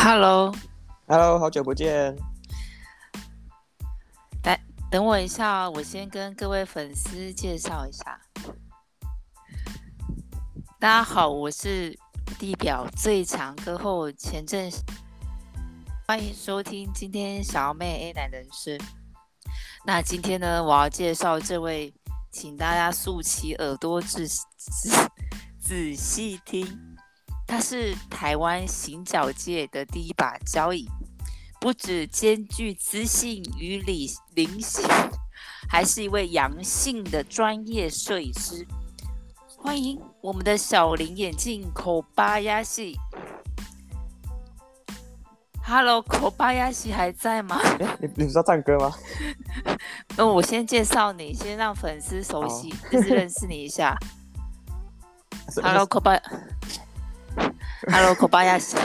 Hello， Hello，好久不见。 来，等我一下哦，我先跟各位粉丝介绍一下。大家好，我是地表最强歌后前阵，欢迎收听今天小妹 A 男人生。那今天呢，我要介绍这位，请大家竖起耳朵仔细听。他是台湾行脚界的第一把交椅，不只兼具知性与灵性，还是一位阳性的专业摄影师。欢迎我们的小林眼镜口巴亚西。Hello， 口巴亚西还在吗？ 你知道唱歌吗？ 那我先介绍你，先让粉丝熟悉，就是认识你一下。Hello， 口巴。Hello， 口巴亚西。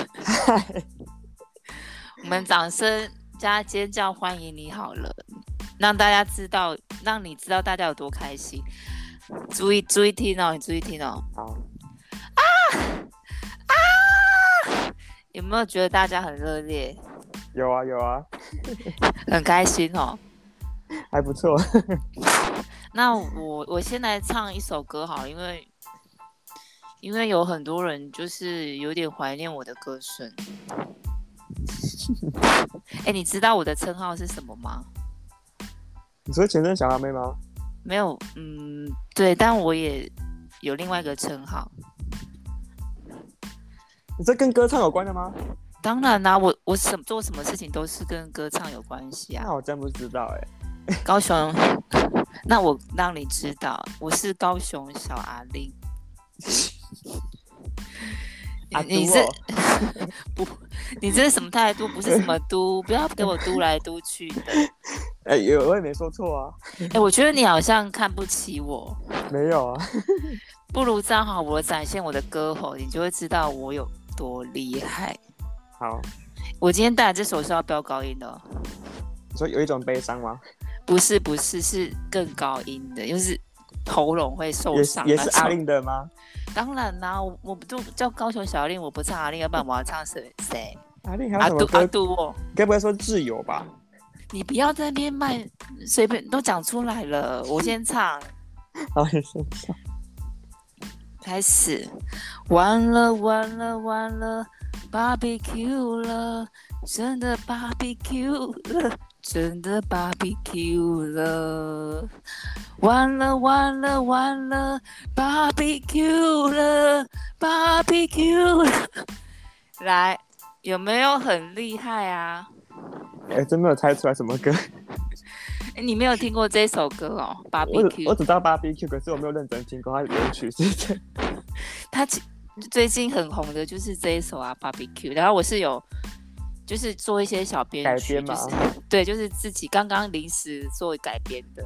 我们掌声加尖叫欢迎你好了，让大家知道，让你知道大家有多开心。注意听哦，你注意听哦。 好。 有没有觉得大家很热烈？ 有啊， 很开心哦。 还不错。 那我先来唱一首歌好了，因为有很多人就是有点怀念我的歌声。你知道我的称号是什么吗？ 你说前任小阿妹吗？ 没有，对，但我也有另外一个称号。 你这跟歌唱有关的吗？ 当然啦，我做什么事情都是跟歌唱有关系啊。 那我真不知道高雄，那我让你知道，我是高雄小阿玲。你这不，你这是什么态度？不是什么嘟，不要给我嘟来嘟去的。 我也没说错啊。 我觉得你好像看不起我。 没有啊。 不如这样好，我展现我的歌喉，你就会知道我有多厉害。 好， 我今天带来这首是要飙高音的。 你说有一种悲伤吗？ 不是，是更高音的，就是喉咙会受伤。 也是阿令的吗？ 当然啦，我不就叫高雄小令，我不唱阿令，要不然我要唱谁？ 阿令还有什么歌？ 阿杜哦， 该不会说挚友吧？ 你不要在那边卖，随便都讲出来了。我先唱。 好，你先唱。 开始。完了 ，barbecue 了，真的 barbecue 了。真的 barbecue 了，完了 barbecue 了 barbecue 了。来，有没有很厉害啊？ 真没有猜出来什么歌。 你没有听过这首歌哦 ，barbecue。 我只知道 barbecue， 可是我没有认真听过它的原曲是这样。 他最近很红的就是这一首啊 ，barbecue。然后我是有。就是做一些小编曲， 改编嘛， 对，就是自己刚刚临时做改编的，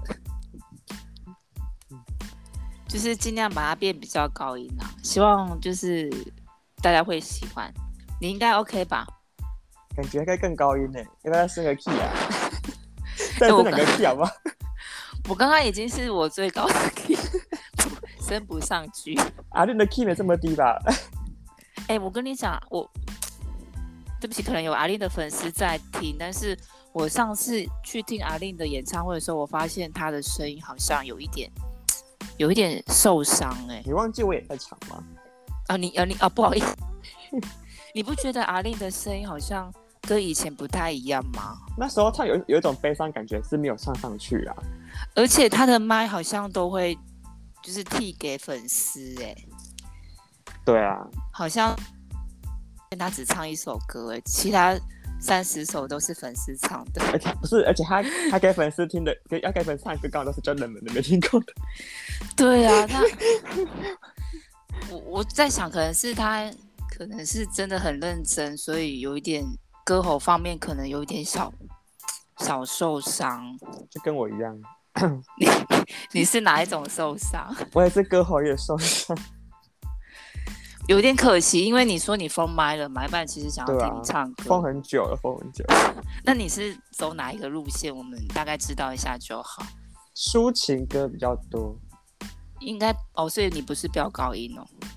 就是尽量把它变比较高音啊，希望就是大家会喜欢。你应该 OK 吧？ 感觉可以更高音呢，要不要升个 key 啊？再升两个 key 好不好？ 我刚刚已经是我最高的 key， 升不上去。 阿令的 key 没这么低吧？ 我跟你讲，对不起，可能有阿令的粉丝在听，但是我上次去听阿令的演唱会的时候，我发现他的声音好像有一点受伤你忘记我也在场吗？ 你不好意思，你不觉得阿令的声音好像跟以前不太一样吗？ 那时候他有一种悲伤感觉是没有唱上去啊， 而且他的麦好像都会就是递给粉丝对啊， 好像。他只唱一首歌其他30首都是粉丝唱的。 而且他给粉丝听的，要给粉丝唱的歌刚好都是真冷门的，没听过的。 对啊，我在想，可能是他可能是真的很认真，所以有一点歌喉方面可能有一点小受伤。 就跟我一样。 你是哪一种受伤？ 我也是歌喉也受伤。 有点可惜，因为你说你封麦了，麦伴其实想要听你唱歌， 封很久了。 那你是走哪一个路线？我们大概知道一下就好。 抒情歌比较多， 应该所以你不是飙高音哦。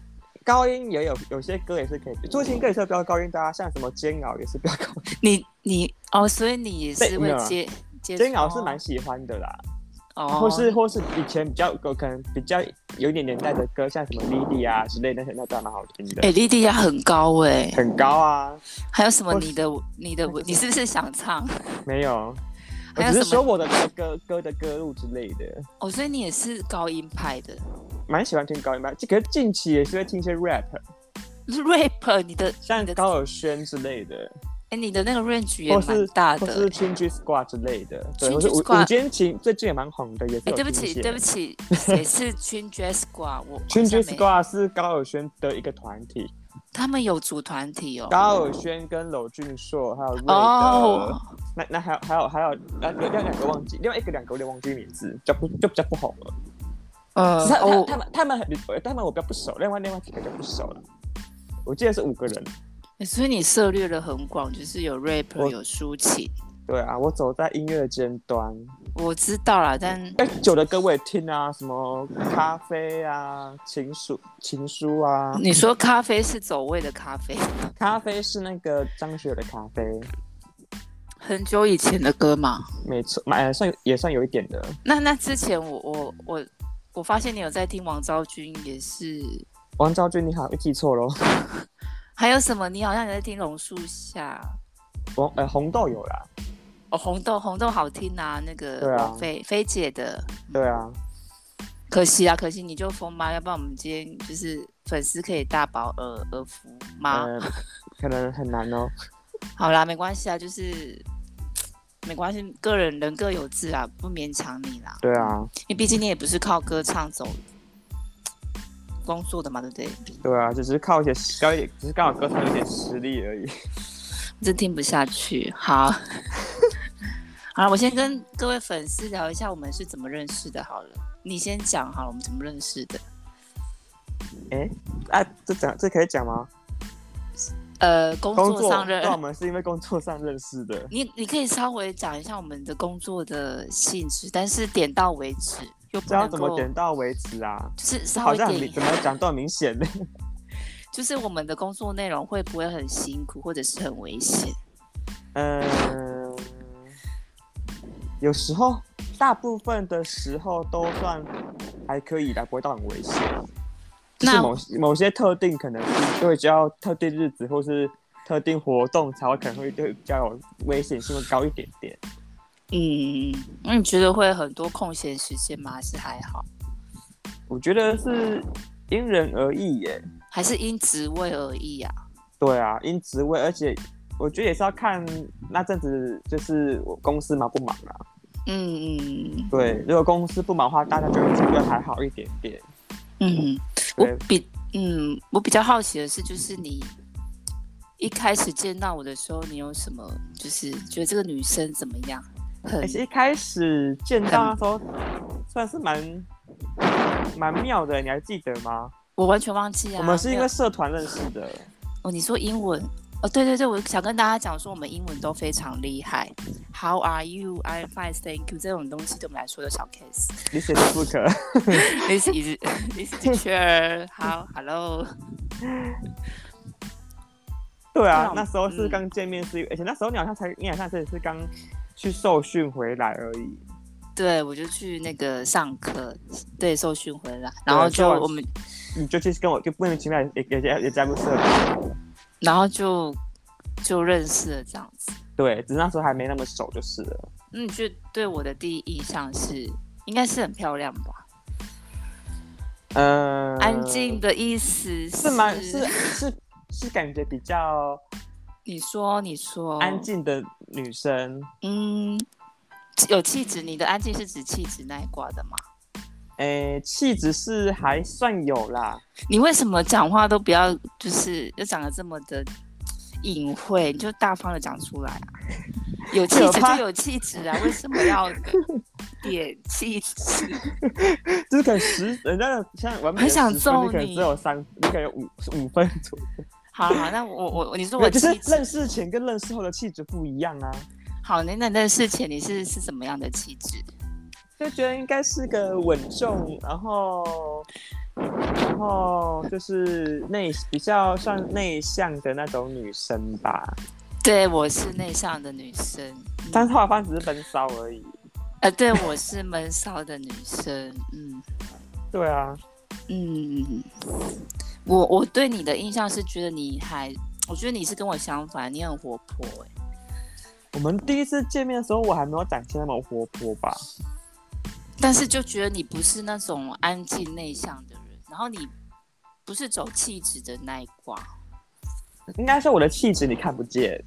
高音也有些歌也是可以，抒情歌也是飙高音的啊，像什么煎熬也是飙高音。你所以你也是会接煎熬是蛮喜欢的啦。或是以前比较可能比较有一点年代的歌，像什么 Lydia 啊之类的，那都还蛮好听的。 Lydia 很高很高啊。 还有什么你是不是想唱？ 没有，我只是说我的歌的歌路之类的。 所以你也是高音派的。 蛮喜欢听高音派，可是近期也是会听一些 rap。 你的像高尔宣之类的。 你的那个 range 也蛮大的， 或是 Chingy Squad 之类的，对，或是五间琴最近也蛮红的，也是有听一些。 对不起，也是 Chingy Squad。 Chingy Squad 是高尔宣的一个团体， 他们有组团体哦。 高尔宣跟娄俊硕还有瑞德，那还有另外两个忘记，另外两个有点忘记名字，就比较不红了。他们我比较不熟，另外几个就不熟了。我记得是5个人。 所以你涉猎的很广，就是有 rap 有抒情。 对啊，我走在音乐尖端。 我知道啦，但酒的歌我也听啊，什么咖啡啊，情书啊。 你说咖啡是走味的咖啡？ 咖啡是那个张学友的咖啡。 很久以前的歌嘛。 没错，也算有一点的。 那之前我发现你有在听王昭君，也是。 王昭君，你好，记错咯。 还有什么？你好像也在听榕树下。 红豆有啦。 红豆好听啊，那个王菲姐的。 对啊。 可惜你就封吧，要不然我们今天就是粉丝可以大饱耳福吗？ 可能很难哦。 好啦，没关系啊，就是没关系，个人人各有志啊，不勉强你啦。 对啊， 因为毕竟你也不是靠歌唱走工作的嘛，对不对？ 对啊，只是靠一些只是刚好歌唱有点实力而已。 真听不下去。好，好，我先跟各位粉丝聊一下我们是怎么认识的。好了，你先讲好了，我们怎么认识的？ 这可以讲吗？ 工作上对，我们是因为工作上认识的。 你可以稍微讲一下我们的工作的性质，但是点到为止。 这要怎么点到为止啊？ 就是稍微好像怎么讲都很明显的。 就是我们的工作内容会不会很辛苦，或者是很危险？ 有时候，大部分的时候都算还可以的，不会到很危险。就是某些特定可能就会只要特定日子或是特定活动才会可能会比较有危险性会高一点点。 那你觉得会很多空闲时间吗？还是还好？ 我觉得是因人而异耶。 还是因职位而异啊？ 对啊，因职位，而且我觉得也是要看那阵子就是我公司忙不忙啊。对，如果公司不忙的话，大家就会觉得还好一点点。 我比较好奇的是，就是你一开始见到我的时候，你有什么就是觉得这个女生怎么样？ 一开始见到的时候，算是蛮妙的，你还记得吗？ 我完全忘记啊。 我们是因为社团认识的。 你说英文？对，我想跟大家讲說，我们英文都非常厉害。How are you? I'm fine, thank you. 这种东西对我们来说的小 case。 This is book. This is teacher. Hello. 对啊，那时候是刚见面，而且那时候你好像是刚去受训回来而已。 对，我就去那个上课，对，受训回来，然后就你就去跟我就莫名其妙也加入社团， 然后就认识了这样子。 对，只是那时候还没那么熟就是了。 你觉得对我的第一印象是应该是很漂亮吧？安静的意思是感觉比较， 你说安静的女生。 有气质，你的安静是指气质那一挂的吗？ 气质是还算有啦。 你为什么讲话都不要就是要讲得这么的隐晦，你就大方的讲出来啊？有气质就有气质啊，为什么要点气质？ 就是可能人家像完美的10分， 很想揍你， 可能只有3，你可能5分左右。 好，那你说我就是认识前跟认识后的气质不一样啊。 好，那认识前你是什么样的气质？ 就觉得应该是个稳重，然后然后就是比较算内向的那种女生吧。 对，我是内向的女生， 但是后来发现只是闷骚而已。 对，我是闷骚的女生， 对啊， 我对你的印象是觉得我觉得你是跟我相反，你很活泼我们第一次见面的时候，我还没有展现那么活泼吧。 但是就觉得你不是那种安静内向的人，然后你不是走气质的那一挂。 应该说我的气质你看不见。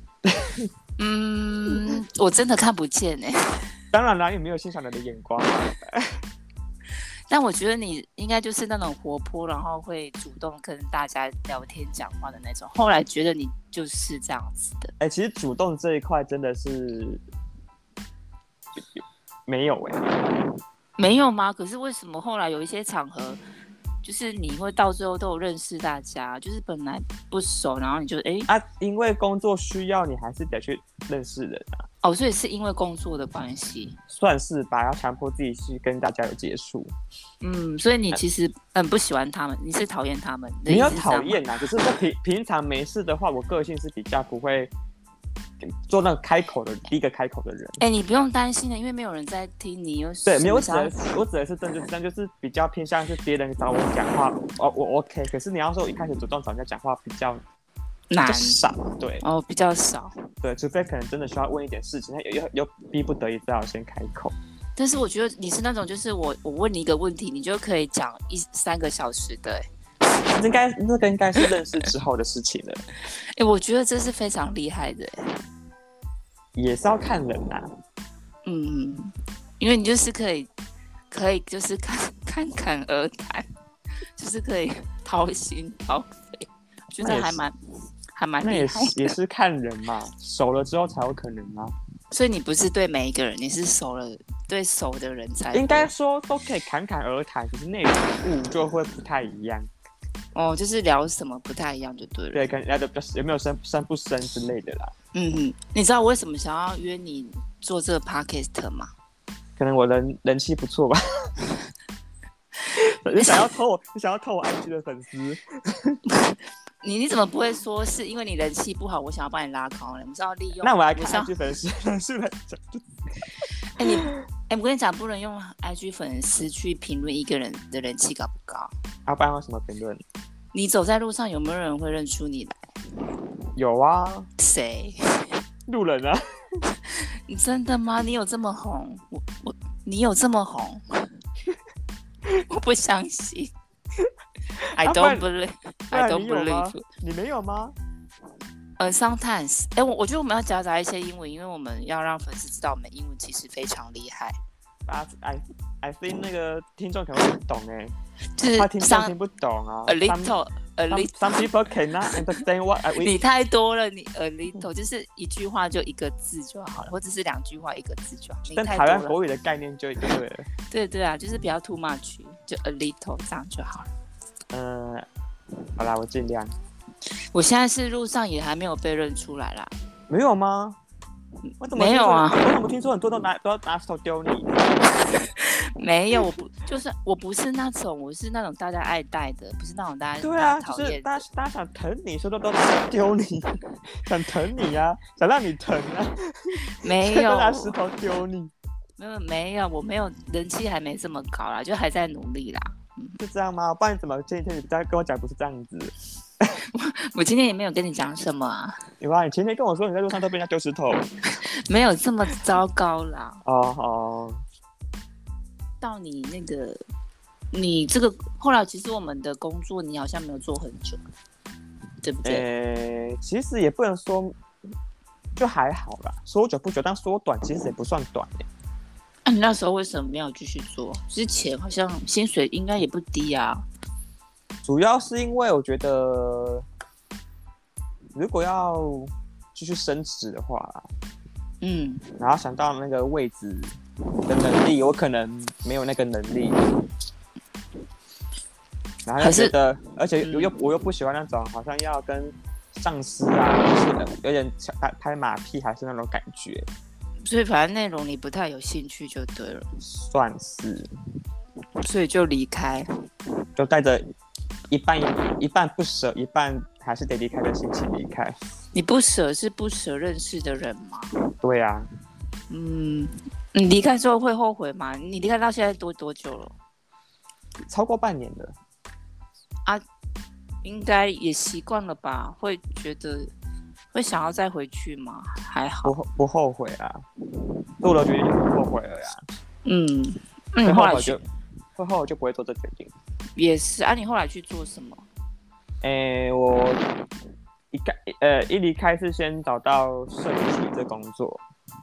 我真的看不见当然啦，也没有欣赏人的眼光。 但我觉得你应该就是那种活泼，然后会主动跟大家聊天讲话的那种。后来觉得你就是这样子的。 其实主动这一块真的是没有没有吗？可是为什么后来有一些场合，就是你会到最后都有认识大家，就是本来不熟，然后你就因为工作需要，你还是得去认识人啊。 所以是因为工作的关系， 算是吧，要强迫自己去跟大家有接触。 所以你其实不喜欢他们，你是讨厌他们？ 没有讨厌啊，只是说平常没事的话，我个性是比较不会做那个第一个开口的人。 你不用担心的，因为没有人在听你。 对，没有，我指的是就是比较偏向是别人找我讲话，我 OK。可是你要说我一开始主动找人家讲话比较难少，对， 比较少， 对，除非可能真的需要问一点事情，又逼不得已只好先开口。 但是我觉得你是那种，就是我问你一个问题，你就可以讲3个小时的。 那个应该是认识之后的事情了。 我觉得这是非常厉害的。 也是要看人啊。 因为你就是可以就是侃而谈，就是可以掏心掏肺，觉得还蛮厉害的。 那也是看人嘛，熟了之后才有可能啊。 所以你不是对每一个人，你是对熟的人才。 应该说都可以侃而谈，可是内容物就会不太一样。 就是聊什么不太一样就对了。 对，可能聊的比较有没有深不深之类的啦。 你知道我为什么想要约你做这个 podcast 吗？ 可能我人气不错吧。你想要偷我 IG 的粉丝？ 你怎么不会说是因为你人气不好，我想要帮你拉高呢？我们是要利用。 那我来看 IG 粉丝来讲。 我跟你讲，不能用 IG 粉丝去评论一个人的人气高不高。 不然用什么评论？你走在路上有没有人会认出你来？ 有啊。 谁？ 路人啊。 你真的吗？你有这么红？你有这么红？我不相信。I don't believe. I don't believe. 你没有吗 ？Sometimes. 我觉得我们要夹杂一些英文，因为我们要让粉丝知道我们英文其实非常厉害。 I think 那个听众可能不懂就是他听不懂啊。 A little. Some people cannot understand what I. 你太多了，你 a little 就是一句话就一个字就好了，或者是2句话1个字就好。 但台湾国语的概念就对了。 对啊，就是不要 too much， 就 a little 这样就好了。 好啦，我尽量。 我现在是路上也还没有被认出来啦。 没有吗？ 没有啊。 我怎么听说很多都拿石头丢你？ 没有，我不是那种，我是那种大家爱戴的，不是那种大家对啊， 讨厌的。 就是大家想疼你，说都拿丢你，想疼你啊，想让你疼啊。 没有， 都拿石头丢你。 没有，我没有，人气还没这么高啦，就还在努力啦。 是这样吗？不然怎么前几天你在跟我讲不是这样子？ 我今天也没有跟你讲什么啊。 有啊，你前天跟我说你在路上都被人家丢石头。 没有这么糟糕啦。到你那个，你这个后来其实我们的工作你好像没有做很久，对不对？ 其实也不能说，就还好啦。说久不久，但说短其实也不算短你那时候为什么没有继续做？之前好像薪水应该也不低啊。 主要是因为我觉得，如果要继续升职的话，然后想到那个位置的能力，我可能没有那个能力。然后又觉得，而且我又不喜欢那种好像要跟上司啊，就是有点拍马屁，还是那种感觉。 所以反正内容你不太有兴趣就对了。 算是。 所以就离开。 就带着一半不舍，一半还是得离开的心情离开。 你不舍是不舍认识的人吗？ 对啊。 你离开之后会后悔吗？你离开到现在多久了？ 超过半年了。 啊，应该也习惯了吧？会觉得会想要再回去吗？还好， 不后悔啊，做了决定就不后悔了呀。 那你后来去， 会后悔就不会做这决定。 也是啊，你后来去做什么？ 我一离开是先找到摄影师这工作。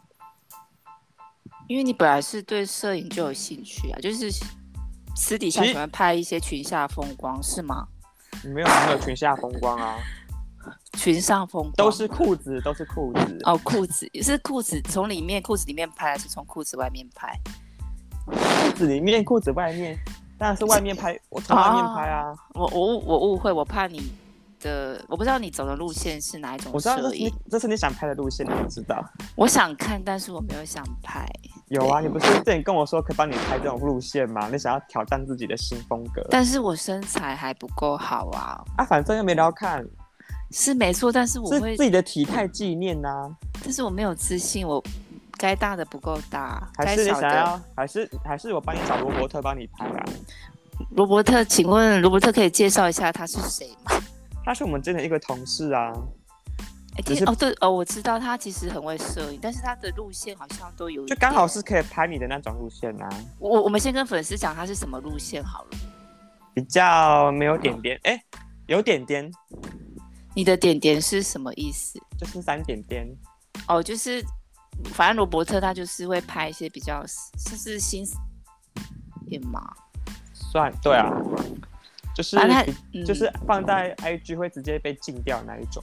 因为你本来是对摄影就有兴趣啊，就是私底下喜欢拍一些群下风光，是吗？ 没有群下风光啊， 群上风光都是裤子。 哦，裤子是裤子从裤子里面拍，还是从裤子外面拍？ 裤子里面，裤子外面，当然是外面拍。我从外面拍啊。 我误会，我怕你的，我不知道你走的路线是哪一种摄影。 我知道这是你想拍的路线，你知道？ 我想看，但是我没有想拍。 有啊，你不是之前跟我说可以帮你拍这种路线吗？你想要挑战自己的新风格。 但是我身材还不够好啊。 反正又没人要看。 是没错，但是我会是自己的体态纪念啊。 但是我没有自信，我该大的不够大， 还是你想要，还是我帮你找罗伯特帮你拍啊？ 罗伯特，请问罗伯特可以介绍一下他是谁吗？ 他是我们之前的一个同事啊。 我知道他其实很会摄影，但是他的路线好像都有， 就刚好是可以拍你的那种路线啊。 我们先跟粉丝讲他是什么路线好了。 比较没有点点，有点点。 你的点点是什么意思？ 就是3点点。 就是反正罗伯特他就是会拍一些比较是新片嘛。 算对啊，就是就是放在 IG 会直接被禁掉那一种。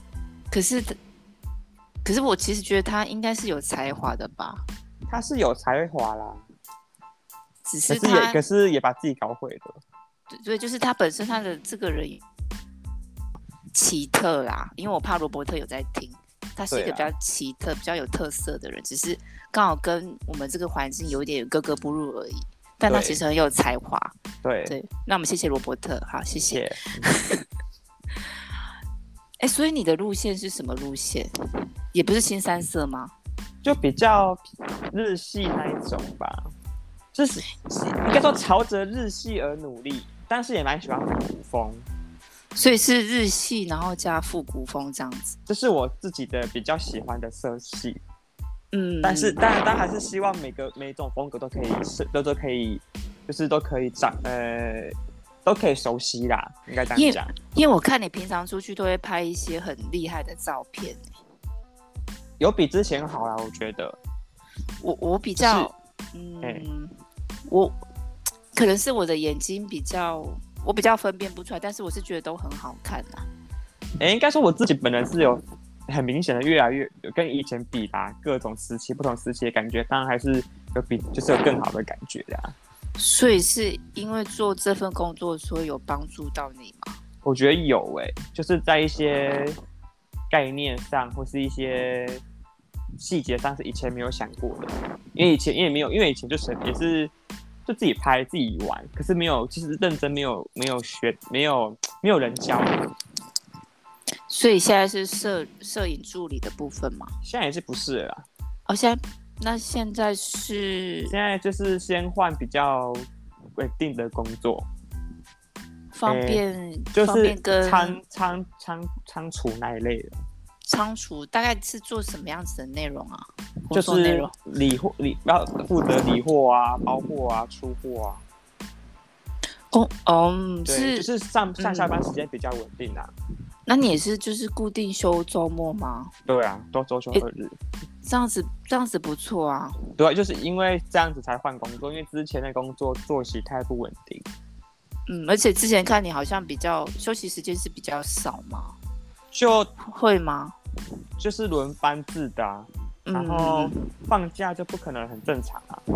可是我其实觉得他应该是有才华的吧。 他是有才华啦， 只是可是也把自己搞毁了。 对，就是他本身他的这个人奇特啦，因为我怕罗伯特有在听，他是一个比较奇特、比较有特色的人，只是刚好跟我们这个环境有一点格格不入而已。但他其实很有才华。对，那我们谢谢罗伯特，好，谢谢。所以你的路线是什么路线？也不是新三色吗？ 就比较日系那一种吧，就是应该说朝着日系而努力，但是也蛮喜欢复古风。 所以是日系，然后加复古风这样子。 这是我自己的比较喜欢的色系。但是当然还是希望每种风格都可以就是都可以都可以熟悉啦，应该这样讲。 因为我看你平常出去都会拍一些很厉害的照片。 有比之前好啦，我觉得。 我比较，我可能是我的眼睛我比较分辨不出来，但是我是觉得都很好看啦。 应该说我自己本人是有很明显的越来越跟以前比啦，各种时期不同时期的感觉，当然还是就是有更好的感觉啦。 所以是因为做这份工作，所以有帮助到你吗？ 我觉得有就是在一些概念上或是一些细节上是以前没有想过的，因为以前就是也是就自己拍自己玩，可是没有其实认真没有学没有人教。 所以现在是摄影助理的部分吗？ 现在也是不是了啦。 现在就是先换比较稳定的工作， 方便就是跟仓储那一类的。 仓储大概是做什么样子的内容啊？ 就是要负责理货啊、包货啊、出货啊。对，就是上下班时间比较稳定啊。 那你也是就是固定休周末吗？ 对啊，都周休2日。 这样子不错啊。 对，就是因为这样子才换工作，因为之前的工作作息太不稳定。 而且之前看你好像比较休息时间是比较少嘛。 就会吗？ 就是轮班制的啊，然后放假就不可能很正常啊。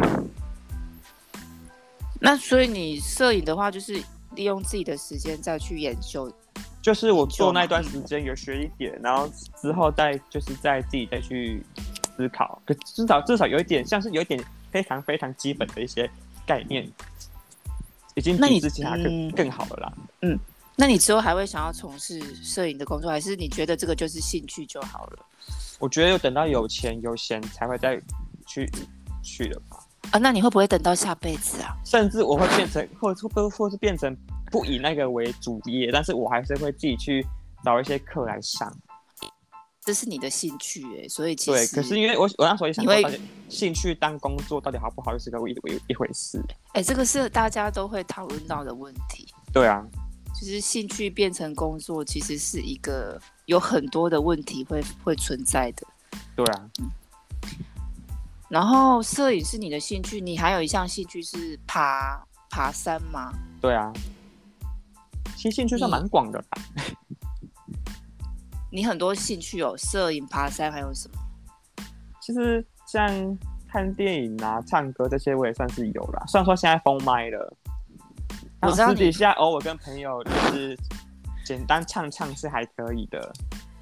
那所以你摄影的话，就是利用自己的时间再去研究。 就是我做那段时间有学一点，然后之后再自己再去思考，可至少有一点像是有一点非常非常基本的一些概念，已经比之前更好了啦。 那你之后还会想要从事摄影的工作，还是你觉得这个就是兴趣就好了？ 我觉得等到有钱有闲才会再去的吧。 啊，那你会不会等到下辈子啊？ 甚至我会变成，或是变成不以那个为主业，但是我还是会自己去找一些课来上。 这是你的兴趣所以其实对。可是因为我那时候也想说，兴趣当工作到底好不好，就是一回事。 这个是大家都会讨论到的问题。 对啊。 就是兴趣变成工作，其实是一个有很多的问题会存在的。 对啊。 然后摄影是你的兴趣，你还有一项兴趣是爬山吗？ 对啊。其实兴趣算蛮广的吧。 你很多兴趣有摄影、爬山，还有什么？ 其实像看电影啊、唱歌这些，我也算是有啦。虽然说现在封麦了，我私底下偶尔跟朋友就是简单唱是还可以的。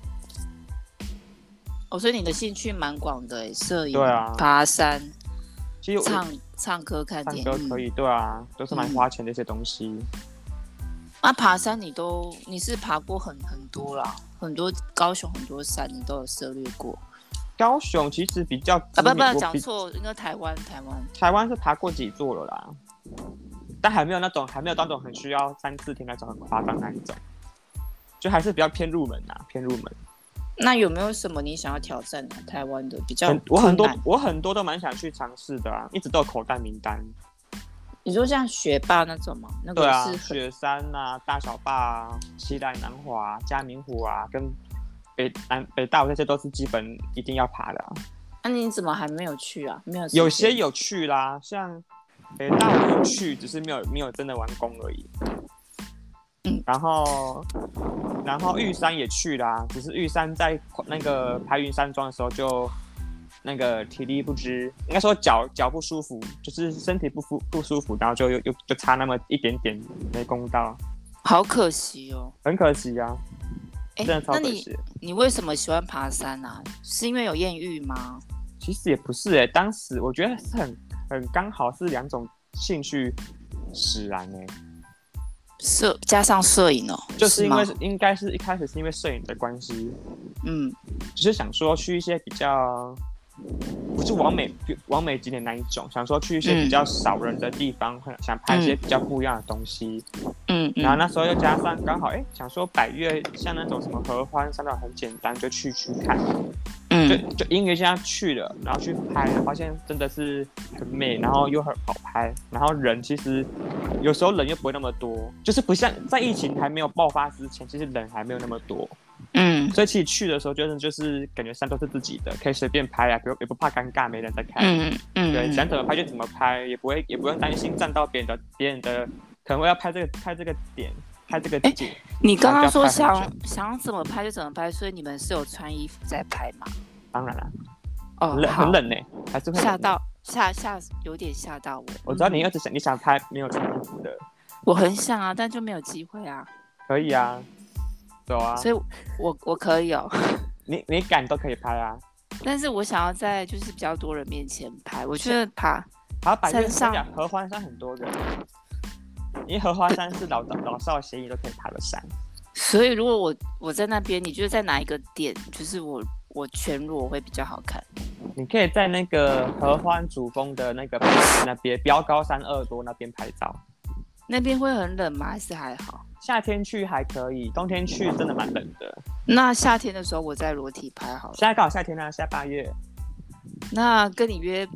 所以你的兴趣蛮广的摄影、 对啊、 爬山、 其实唱歌、看电影， 唱歌可以，对啊，都是蛮花钱的一些东西。 爬山你是爬过很多啦，很多高雄很多山你都有涉猎过。 高雄其实比较不讲错，应该台湾是爬过几座了啦，但还没有到那种很需要3-4天那种很夸张那一种，就还是比较偏入门。 那有没有什么你想要挑战的台湾的比较我很多都蛮想去尝试的啊，一直都有口袋名单。 你说像雪霸那种吗？那个对啊，雪山啊、大小霸啊、西来南华、嘉明湖啊，跟北大武这些都是基本一定要爬的啊。 那你怎么还没有去啊？没有？ 有些有去啦，像北大武有去，只是没有真的完工而已。然后玉山也去啦，只是玉山在那个排云山庄的时候就那个体力不支，应该说脚不舒服，就是身体不舒服，然后就差那么一点点没攻到， 好可惜哦， 很可惜啊，真的超可惜。 那你为什么喜欢爬山啊？是因为有艳遇吗？ 其实也不是当时我觉得是很刚好是2种兴趣使然加上摄影就是因为应该是一开始是因为摄影的关系，只是想说去一些比较不是完美景点那一种，想说去一些比较少人的地方，想拍一些比较不一样的东西。然后那时候又加上刚好想说百岳像那种什么合欢山那种很简单，就去看。就因为这样去了，然后去拍，发现真的是很美，然后又很好拍，然后人其实有时候人又不会那么多，就是不像在疫情还没有爆发之前，其实人还没有那么多。所以其实去的时候就是感觉山都是自己的，可以随便拍啊，也不怕尴尬没人在看。对，想怎么拍就怎么拍，也不用担心占到别人的，可能会要拍这个点。拍这个景， 你刚刚说想怎么拍就怎么拍，所以你们是有穿衣服在拍吗？ 当然了，很冷还是会吓到有点吓到我。 我知道你你想拍没有穿衣服的， 我很想啊，但就没有机会啊。 可以啊，走啊。 所以我可以你敢都可以拍啊。 但是我想要在就是比较多人面前拍，我觉得爬山上合欢山很多人。因为合欢山是老少咸宜都可以爬的山， 所以如果我在那边，你觉得在哪一个点，就是我全裸会比较好看？ 你可以在那个合欢主峰的那个那边标高3.2多那边拍照。 那边会很冷吗？还是还好？ 夏天去还可以，冬天去真的蛮冷的。 那夏天的时候我在裸体拍好了。 现在刚好夏天啊，现在8月。 那跟你约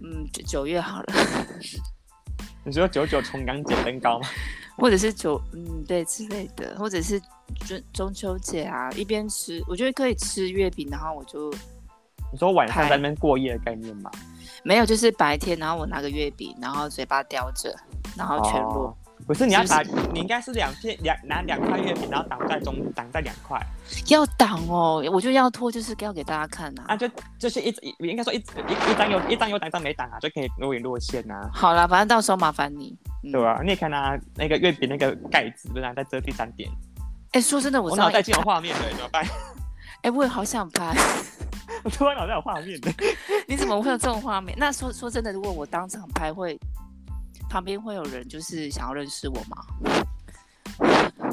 9月好了。 你说99重阳节登高吗？ 或者是对之类的，或者是中秋节啊，一边吃，我觉得可以吃月饼，然后我就你说晚上在那边过夜的概念吗？ 没有，就是白天，然后我拿个月饼，然后嘴巴叼着，然后全裸。 不是，你应该是拿2块月饼，然后挡在2块。 要挡我就要脱，就是要给大家看啊。 就是应该说一张有挡，一张没挡啊，就可以若隐若现啊。 好啦，反正到时候麻烦你， 对吧？你也可以拿那个月饼那个盖子，不然再遮第3点。 说真的，我脑袋已经有画面了，怎么办？ 我也好想拍。 我突然脑袋有画面的。 你怎么会有这种画面？那说真的，如果我当场拍旁边会有人就是想要认识我吗？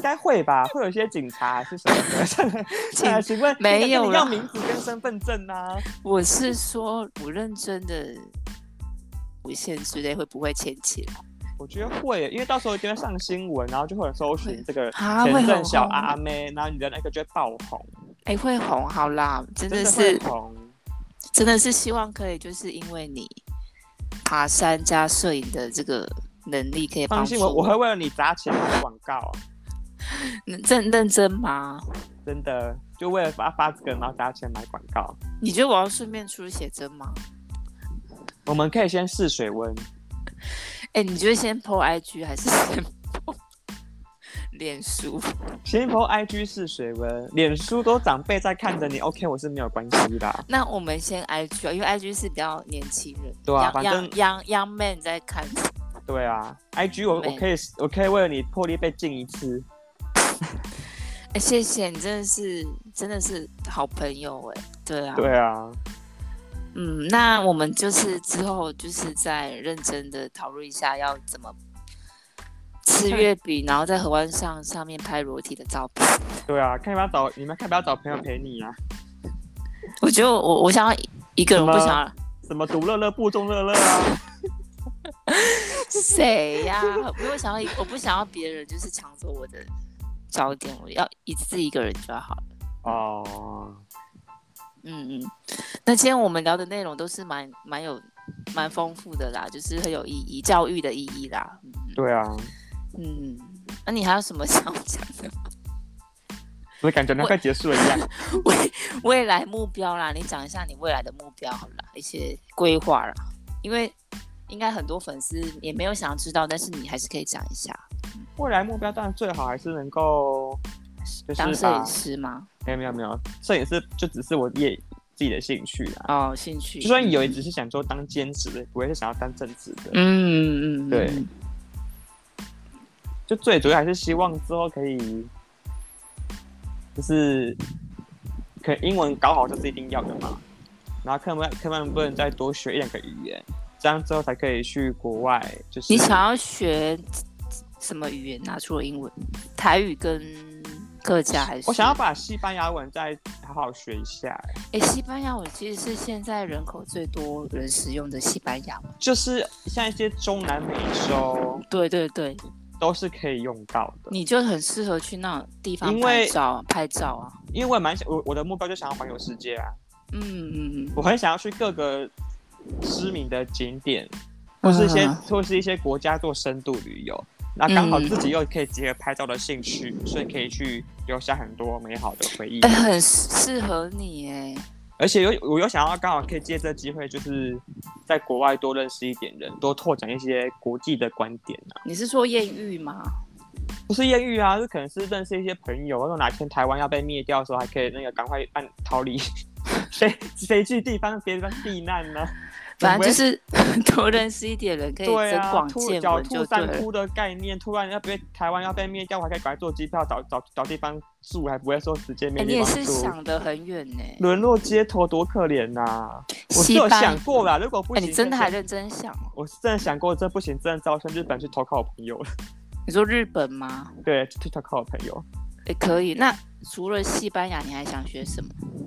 该会吧，会有一些警察还是什么的上来请问， 没有啦， 要名字跟身份证啊。 我是说，我认真的，无限之类会不会牵起来？ 我觉得会，因为到时候一定会上新闻，然后就会有搜寻这个前阵小阿妹，然后你的那个就会爆红。 会红，好啦，真的是红，真的是希望可以，就是因为你爬山加摄影的这个能力，可以帮助我会为了你砸钱买广告。 认真吗？ 真的，就为了发这个，然后砸钱买广告。 你觉得我要顺便出写真吗？ 我们可以先试水温。 你觉得先 po IG 还是先 po 脸书？ 先 po IG 试水温，脸书都长辈在看着你 ，OK， 我是没有关系啦。 那我们先 IG， 因为 IG 是比较年轻人， 对啊，反正 young man 在看。 对啊 ，IG 我可以为了你破例被禁一次。 谢谢你，真的是好朋友对啊。 对啊。 那我们就是之后就是再认真的讨论一下要怎么吃月饼，然后在河湾上面拍裸体的照片。 对啊，你们看不要找朋友陪你啊。 我觉得我想要一个人，不想要什么独乐乐不中乐乐啊。 谁呀？我不想要别人就是抢走我的焦点，我要自己一个人就好了。 哦。 那今天我们聊的内容都是蛮丰富的啦，就是很有意义，教育的意义啦。 对啊。 那你还有什么想讲的吗？ 我感觉快结束了一样。 未来目标啦，你讲一下你未来的目标好啦，一些规划啦，因为应该很多粉丝也没有想要知道，但是你还是可以讲一下。 未来目标当然最好还是能够就是当摄影师吗？ 没有，摄影师就只是我自己的兴趣啦。 兴趣。 就算有，也只是想说当兼职的，不会是想要当正职的。对。就最主要还是希望之后可以，就是可英文搞好就是一定要的嘛。然后课本不能再多学1-2个语言，这样之后才可以去国外。就是你想要学什么语言啊？除了英文，台语跟客家还是？我想要把西班牙文再好好学一下。 西班牙文其实是现在人口最多人使用的西班牙文， 就是像一些中南美洲， 对， 都是可以用到的。 你就很适合去那种地方拍照啊。 因为我的目标就想要环游世界啊。我很想要去各个知名的景点，或是一些国家做深度旅游。那刚好自己又可以结合拍照的兴趣，所以可以去留下很多美好的回忆。 很适合你而且我又想要刚好可以借这机会，就是在国外多认识一点人，多拓展一些国际的观点啊。 你是说艳遇吗？ 不是艳遇啊，就可能是认识一些朋友，如果哪天台湾要被灭掉的时候，还可以那个赶快逃离，谁去别地方避难呢？ 反正就是多认识一点人，可以增广见闻就对了。 散秃的概念，突然台湾要被灭掉，我还可以赶快坐机票找地方住，还不会说直接没地方住。 你也是想得很远呢。 沦落街头多可怜呐！我是有想过啦，如果不行， 你真的还认真想？ 我是真的想过，这不行，真的招生日本去投靠我朋友了。 你说日本吗？ 对，去投靠我朋友。 可以。那除了西班牙，你还想学什么？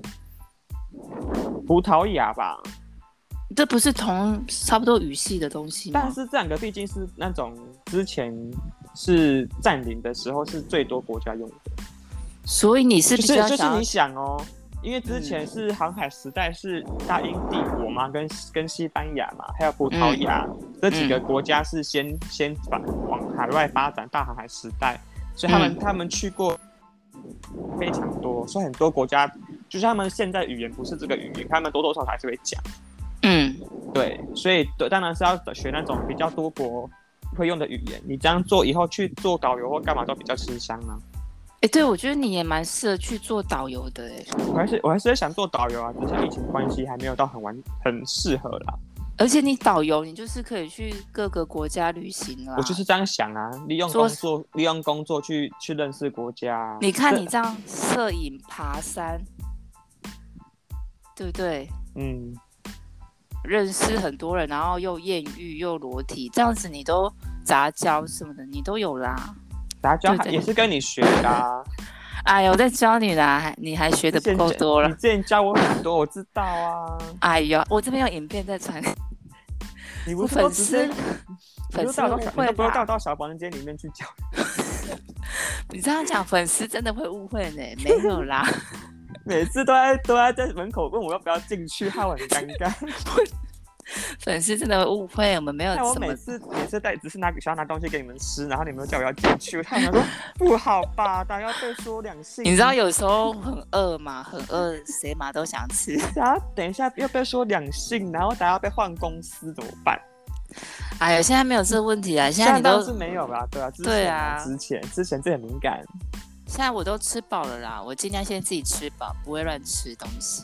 葡萄牙吧。 这不是差不多语系的东西吗？ 但是这两个毕竟是那种之前是占领的时候是最多国家用的， 所以你是比较就是你想因为之前是航海时代是大英帝国嘛，跟西班牙嘛，还有葡萄牙这几个国家是先往海外发展大航海时代，所以他们去过非常多，所以很多国家就是他们现在语言不是这个语言，他们多多少少还是会讲。对，所以当然是要学那种比较多国会用的语言，你这样做以后去做导游或干嘛都比较吃香啊。 对，我觉得你也蛮适合去做导游的我还是想做导游啊，只是疫情关系还没有到很适合啦。 而且你导游，你就是可以去各个国家旅行啦。 我就是这样想啊，利用工作去认识国家啊。 你看你这样摄影、爬山，对不对？认识很多人，然后又艳遇又裸体，这样子你都杂交什么的，你都有啦。 打教也是跟你学的啊。 哎呦，我在教你啦，你还学的不够多了。 你之前教我很多，我知道啊。 哎呦，我这边有影片在传。 你不是粉丝误会吧？ 不要到小房间里面去教。 你这样讲，粉丝真的会误会呢？没有啦， 每次都在门口问我要不要进去，害我很尴尬。 粉丝真的会误会，我们没有什么。 我每次只是想要拿东西给你们吃，然后你们叫我要进去，他们说不好吧，大家要被说两性。 你知道有时候很饿嘛，很饿，谁嘛都想吃。 然后等一下又被说两性，然后大家要被换公司怎么办？ 哎呀，现在没有这个问题啊，现在你都是没有啦，对啊，之前这很敏感。 现在我都吃饱了啦，我尽量先自己吃饱，不会乱吃东西。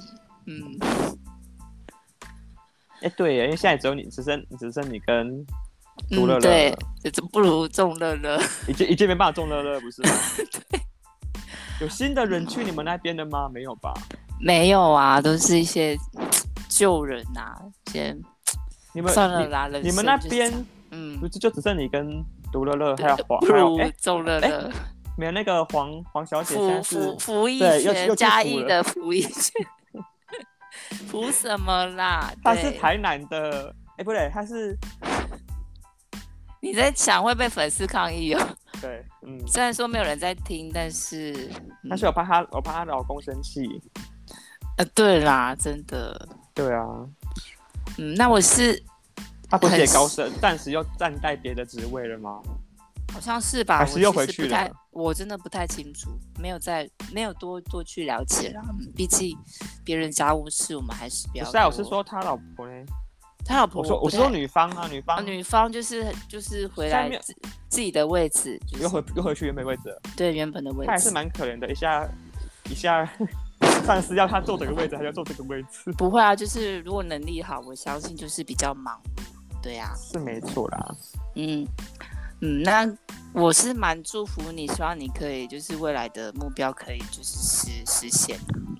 对耶，因为现在只剩你跟独乐乐， 对，这不如众乐乐， 已经没办法众乐乐，不是吗？ 对， 有新的人去你们那边的吗？没有吧？ 没有啊，都是一些旧人啊，算了啦， 你们那边不是就只剩你跟独乐乐还有众乐乐， 没有那个黄小姐，现在是福义轩嘉义的福义轩。服什么啦？ 他是台南的，不对，他是。 你在想会被粉丝抗议哦？ 对， 虽然说没有人在听，但是我怕她老公生气。 对啦，真的。 对啊。 那我是。 他不是也高升，暂时又暂代别的职位了吗？ 好像是吧， 还是又回去了？ 我真的不太清楚，没有多去了解啦。毕竟别人家务事，我们还是不要。 不是啊，我是说他老婆呢？ 他老婆， 我说女方啊， 女方就是回来自己的位置， 又回去原本位置了。 对，原本的位置。 他还是蛮可怜的，一下上司要他坐这个位置，还要坐这个位置。 不会啊，就是如果能力好，我相信就是比较忙碌。对啊， 是没错啦。 那我是蛮祝福你，希望你可以就是未来的目标可以就是实现。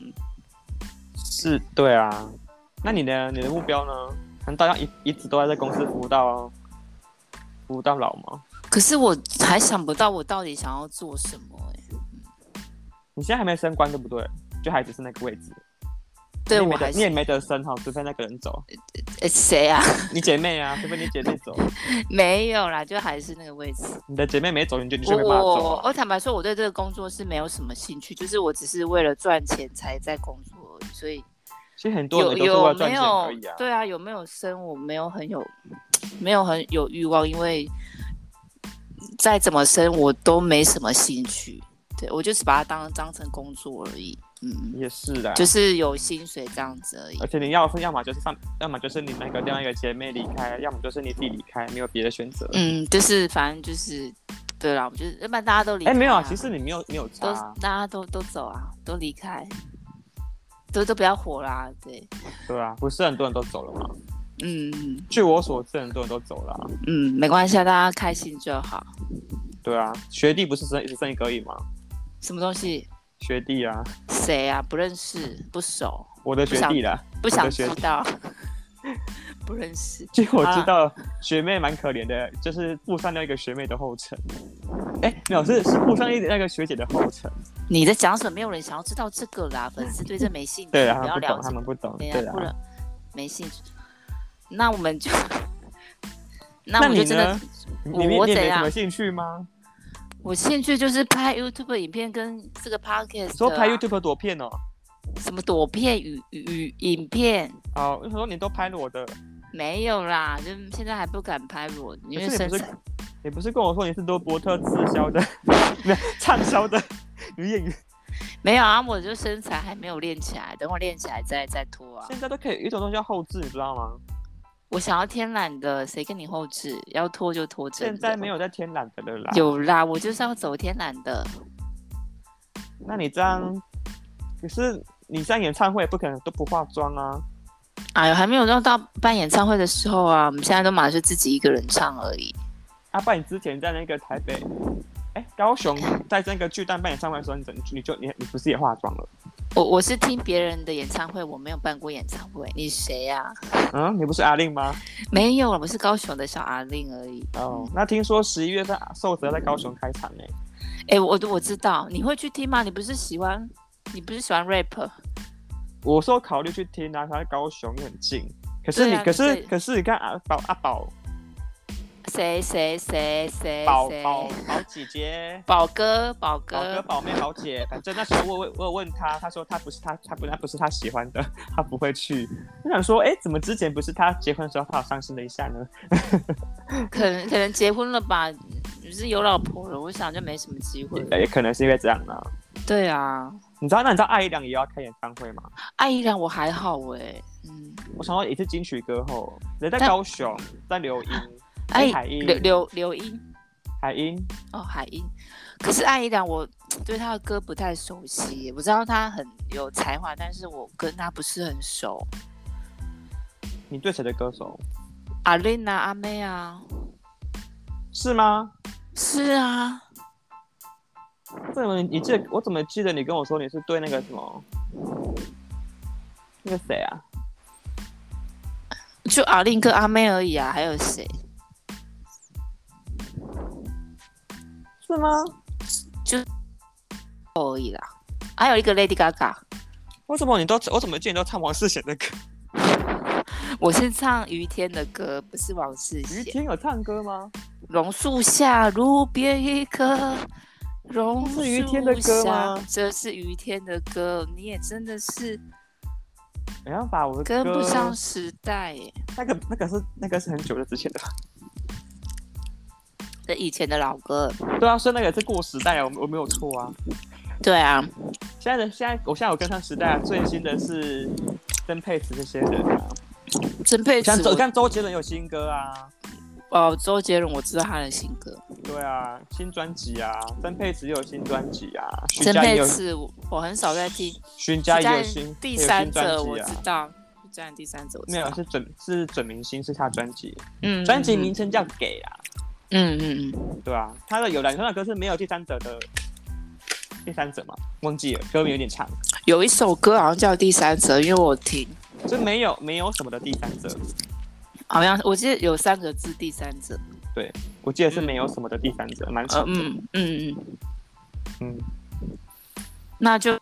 是，对啊。那你的目标呢？难道要一直都在公司服务到老吗？ 可是我还想不到我到底想要做什么你现在还没升官对不对？就还只是那个位置。 对， 你也没得升哈，除非那个人走。 谁啊？ 你姐妹啊，除非你姐妹走。 没有啦，就还是那个位置。 你的姐妹没走，你就没办法走。 我坦白说，我对这个工作是没有什么兴趣，就是我只是为了赚钱才在工作而已。所以， 其实很多人都是为了赚钱而已啊。 对啊，有没有升，我没有很有欲望，因为再怎么升，我都没什么兴趣。对，我就是把它当成工作而已。 也是啦， 就是有薪水这样子而已。 而且你要么就是你那个另外一个姐妹离开，要么就是你自己离开，没有别的选择。 就是反正就是对啦，我觉得要不然大家都离开。 没有啊，其实你没有差啊， 大家都走啊，都离开，都不要活啦，对。 对啊，不是很多人都走了吗？据我所知，很多人都走了啊。 没关系啊，大家开心就好。 对啊，学弟不是只剩一个而已吗？ 什么东西？ 学弟啊？ 谁啊？不认识，不熟。 我的学弟啦， 不想知道。不认识。 据我知道，学妹蛮可怜的，就是步上那个学妹的后尘。没有，是步上那个学姐的后尘。 你在讲什么？没有人想要知道这个啦，粉丝对这没兴趣。 对啊，他们不懂。 对啊，没兴趣。那我们就，那我就真的， 你没什么兴趣吗？ 我兴趣就是拍 YouTube 影片跟这个 Podcast。 说拍 YouTube 躲片哦？ 什么躲片影片？ 我说你都拍裸的？ 没有啦，就现在还不敢拍裸，因为身材。 你不是跟我说你是多伯特滞销的、畅销的女演员？ 没有啊，我就身材还没有练起来，等我练起来再拖啊。 现在都可以，有一种东西叫后置，你知道吗？ 我想要天然的，谁跟你后置？要拖就拖真的。 现在没有在天然的了啦。 有啦，我就是要走天然的。 那你这样，可是你上演唱会不可能都不化妆啊。 哎呦，还没有到办演唱会的时候啊，我们现在都马是自己一个人唱而已。 不然你之前在那个台北，高雄在那个巨蛋办演唱会的时候，你不是也化妆了？ 我是听别人的演唱会，我没有办过演唱会。你谁呀？ 你不是阿令吗？ 没有，我是高雄的小阿令而已。 那听说11月份寿泽在高雄开场我知道你会去听吗？你不是喜欢 rap？ 我说考虑去听啊，他在高雄也很近。可是你看阿宝。 谁宝姐姐， 宝哥宝妹宝姐，反正那时候我有问他，他说他不是他喜欢的，他不会去。我想说，怎么之前不是他结婚的时候他有伤心了一下呢？ 可能结婚了吧，就是有老婆了，我想就没什么机会。 也可能是因为这样啊。 对啊， 你知道艾怡良也要开演唱会吗？ 艾怡良我还好我想说也是金曲歌后，人在高雄，在流音。海音刘英， 海音海音。可是艾怡良，我对他的歌不太熟悉，我知道他很有才华，但是我跟他不是很熟。 你对谁的歌手？ 阿琳啊，阿妹啊。是吗？ 是啊。 我怎么记得你跟我说你是对那个什么？那个谁啊？ 就阿琳跟阿妹而已啊，还有谁？ 是吗？ 就而已啦，还有一个 Lady Gaga。 为什么我怎么记得你都唱王世贤的歌？ 我是唱于天的歌，不是王世贤。 于天有唱歌吗？ 榕树下，路边一棵榕树下， 是于天的歌吗？ 这是于天的歌，你也真的是没办法，我的歌跟不上时代耶。 那个是很久的之前的。 以前的老歌。 对啊，所以那个是过时代啊，我没有错啊。 对啊， 现在我跟上时代啊，最新的是曾沛慈这些人啊。 曾沛慈， 我看周杰伦有新歌啊。 周杰伦我知道他的新歌。 对啊，新专辑啊，曾沛慈也有新专辑啊。 曾沛慈我很少在听。 徐佳也有新第三者我知道。第三者我知道。 没有，是准明星，是他专辑。专辑名称叫《给》啊。对啊，他的有两首歌是没有第三者嘛，忘记了，歌名有点长。 有一首歌好像叫《第三者》，因为我听。 是没有什么的第三者。 好像我记得有3个字第三者。 对，我记得是没有什么的第三者，蛮长的。 那就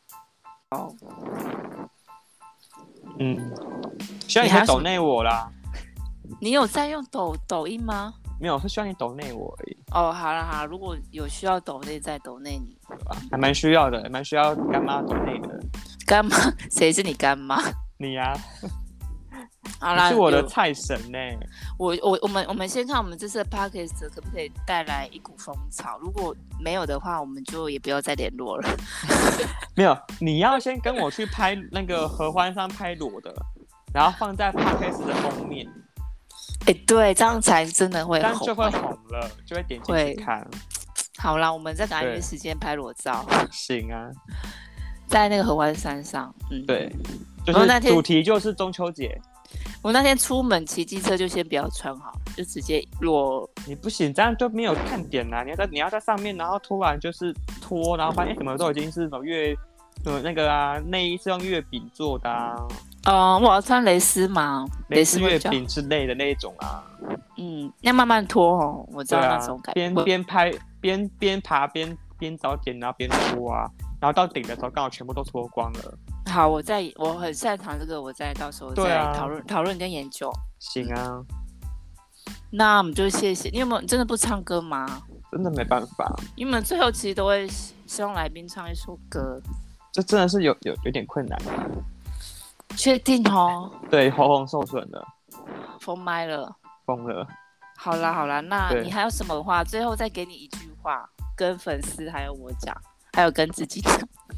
希望你可以抖内我啦。 你有在用抖音吗？ 没有，是希望你抖内我而已。 好了，如果有需要抖内再抖内你。 还蛮需要的，蛮需要干妈抖内的。 干妈？谁是你干妈？ 你啊。 好啦， 你是我的菜神呢。 我们先看我们这次的 podcast 可不可以带来一股风潮，如果没有的话，我们就也不要再联络了。 没有，你要先跟我去拍那个合欢山拍裸的，然后放在 podcast 的封面。 对，这样才真的会红， 这样就会红了，就会点进去看。 好啦，我们再赶一约时间拍裸照。 行啊， 在那个合欢山上。 对，就是主题就是中秋节。 我那天出门骑机车就先不要穿好，就直接裸。 你不行，这样就没有看点啦。你要在上面，然后突然就是脱，然后发现什么都已经是什么那个啊，内衣是用月饼做的啊。 我要穿蕾丝嘛， 蕾丝月饼之类的那一种啊。 要慢慢脱哦，我知道那种感觉。 边拍边爬边找点，然后边脱啊，然后到顶的时候刚好全部都脱光了。 好，我很擅长这个，我再到时候再讨论跟研究。 行啊， 那我们就谢谢。你有没有真的不唱歌吗？ 真的没办法， 因为我们最后其实都会希望来宾唱一首歌。 这真的是有点困难。 确定哦？ 对，喉咙受损了， 封麦了， 疯了。 好啦，那你还有什么话？最后再给你一句话，跟粉丝还有我讲，还有跟自己讲。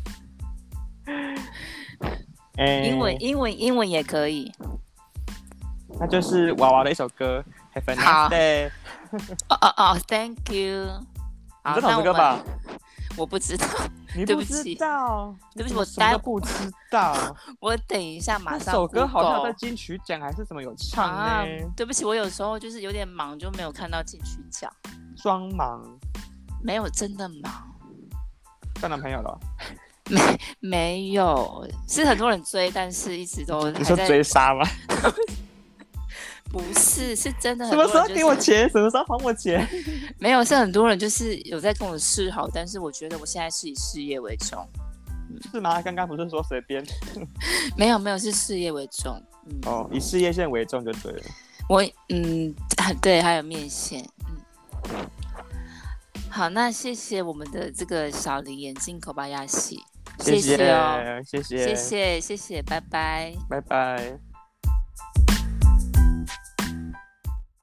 英文也可以。 那就是娃娃的一首歌 ，Have a nice day。 Thank you。 你知道这首歌吧？ 我不知道。 你不知道？ 对不起， 我什么都不知道。 我等一下马上。 这首歌好像在金曲奖还是什么有唱呢？ 对不起，我有时候就是有点忙，就没有看到金曲奖。 装忙。 没有，真的忙。 交男朋友了？ 没有，是很多人追，但是一直都你说追杀吗？ 不是，是真的什么时候很多人、就是。 给我钱？什么时候还我钱？ 没有，是很多人就是有在跟我示好，但是我觉得我现在是以事业为重。 是吗？刚刚不是说随便？ 没有，是事业为重。 哦，以事业线为重就对了。 我对，还有面线。好，那谢谢我们的这个小林眼镜口巴亚西，谢谢哦， 谢谢， 谢谢，拜拜， 拜拜。